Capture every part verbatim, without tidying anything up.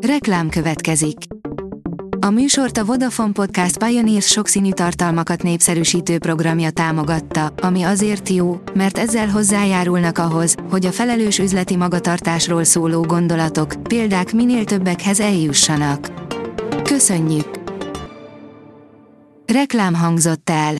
Reklám következik. A műsort a Vodafone Podcast Pioneers sokszínű tartalmakat népszerűsítő programja támogatta, ami azért jó, mert ezzel hozzájárulnak ahhoz, hogy a felelős üzleti magatartásról szóló gondolatok, példák minél többekhez eljussanak. Köszönjük! Reklám hangzott el.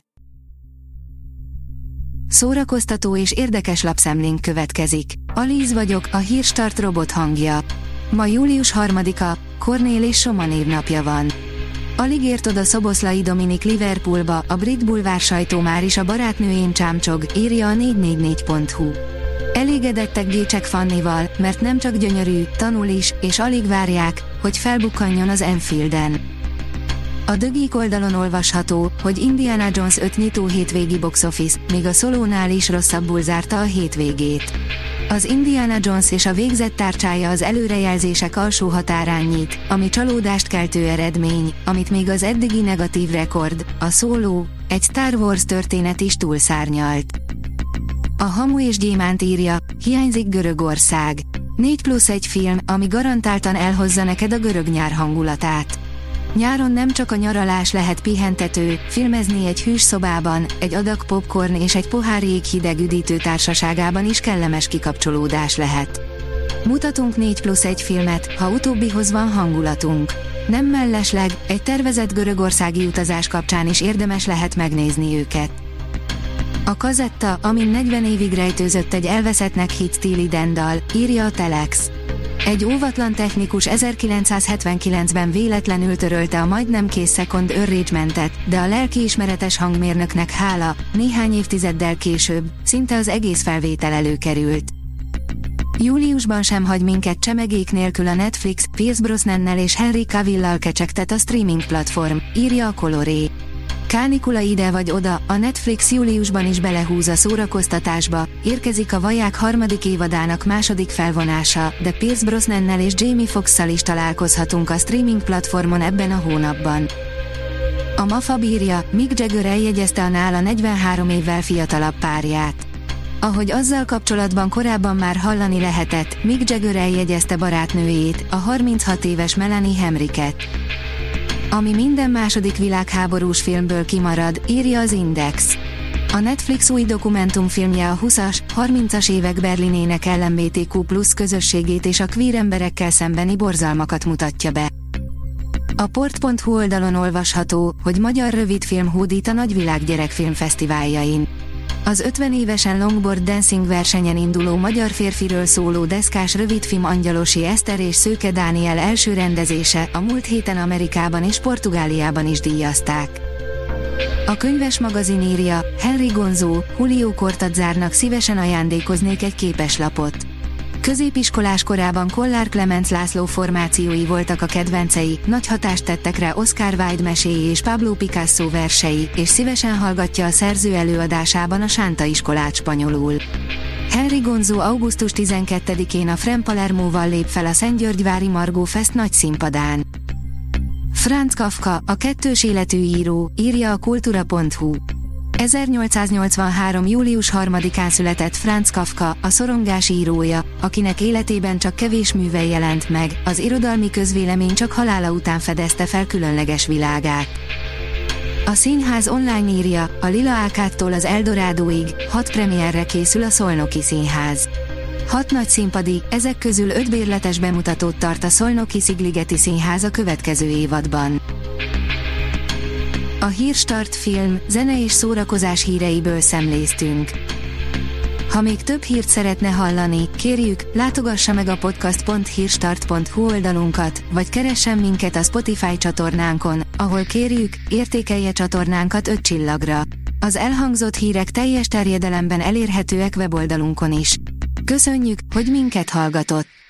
Szórakoztató és érdekes lapszemlénk következik. Alíz vagyok, a Hírstart robot hangja. Ma július harmadika, Kornél és Soma névnapja van. Alig ért oda Szoboszlai Dominik Liverpoolba, a brit bulvár sajtó már is a barátnőjén csámcsog, írja a négy négy négy pont hu. Elégedettek Gécsek Fannival, mert nem csak gyönyörű, tanul is, és alig várják, hogy felbukkanjon az Enfielden. A The Geek oldalon olvasható, hogy Indiana Jones öt nyitó hétvégi box office, míg a Szolónál is rosszabbul zárta a hétvégét. Az Indiana Jones és a végzett tárcsája az előrejelzések alsó határán nyit, ami csalódást keltő eredmény, amit még az eddigi negatív rekord, a Solo, egy Star Wars történet is túlszárnyalt. A Hamu és Gyémánt írja, hiányzik Görögország. négy plusz egy film, ami garantáltan elhozza neked a görög nyár hangulatát. Nyáron nem csak a nyaralás lehet pihentető, filmezni egy hűs szobában, egy adag popcorn és egy pohár jéghideg üdítő társaságában is kellemes kikapcsolódás lehet. Mutatunk négy plusz egy filmet, ha utóbbihoz van hangulatunk. Nem mellesleg, egy tervezett görögországi utazás kapcsán is érdemes lehet megnézni őket. A kazetta, amin negyven évig rejtőzött egy elveszettnek hit Steely Dan dal, írja a Telex. Egy óvatlan technikus ezerkilencszázhetvenkilencben véletlenül törölte a majdnem kész Second Arrangementet, de a lelkiismeretes hangmérnöknek hála, néhány évtizeddel később, szinte az egész felvétel előkerült. Júliusban sem hagy minket csemegék nélkül a Netflix, Pierce Brosnannel és Henry Cavillal kecsegtet a streaming platform, írja a Coloré. Kánikula ide vagy oda, a Netflix júliusban is belehúz a szórakoztatásba, érkezik a Vaják harmadik évadának második felvonása, de Pierce Brosnannel és Jamie Foxxal is találkozhatunk a streaming platformon ebben a hónapban. A MAFA bírja, Mick Jagger eljegyezte a nála negyvenhárom évvel fiatalabb párját. Ahogy azzal kapcsolatban korábban már hallani lehetett, Mick Jagger eljegyezte barátnőjét, a harminchat éves Melanie Hemricket. Ami minden második világháborús filmből kimarad, írja az Index. A Netflix új dokumentumfilmje a húszas, harmincas évek Berlinének el em bé té kú plusz közösségét és a queer emberekkel szembeni borzalmakat mutatja be. A port pont hu oldalon olvasható, hogy magyar rövidfilm hódít a Nagyvilág gyerekfilmfesztiváljain. Az ötven évesen longboard dancing versenyen induló magyar férfiről szóló deszkás rövidfilm Angyalosi Eszter és Szőke Dániel első rendezése a múlt héten Amerikában és Portugáliában is díjazták. A könyves magazin írja, Henry Gonzó, Julio Cortázarnak szívesen ajándékoznék egy képeslapot. Középiskolás korában Kollár Klemenc László formációi voltak a kedvencei, nagy hatást tettek rá Oscar Wilde meséi és Pablo Picasso versei, és szívesen hallgatja a szerző előadásában a Sánta iskolát spanyolul. Henry Gonzó augusztus tizenkettedikén a Frem Palermóval lép fel a Szentgyörgyvári Margó Fest nagy színpadán. Franz Kafka, a kettős életű író, írja a kultura pont hu. ezernyolcszáznyolcvanhárom. július harmadikán született Franz Kafka, a szorongás írója, akinek életében csak kevés műve jelent meg, az irodalmi közvélemény csak halála után fedezte fel különleges világát. A Színház online írja, a Lila Ákától az Eldorádóig, hat premierre készül a Szolnoki Színház. Hat nagy színpadi, ezek közül öt bérletes bemutatót tart a Szolnoki Szigligeti Színház a következő évadban. A Hírstart film, zene és szórakozás híreiből szemléztünk. Ha még több hírt szeretne hallani, kérjük, látogassa meg a podcast pont hírstart pont hu oldalunkat, vagy keressen minket a Spotify csatornánkon, ahol kérjük, értékelje csatornánkat öt csillagra. Az elhangzott hírek teljes terjedelemben elérhetőek weboldalunkon is. Köszönjük, hogy minket hallgatott!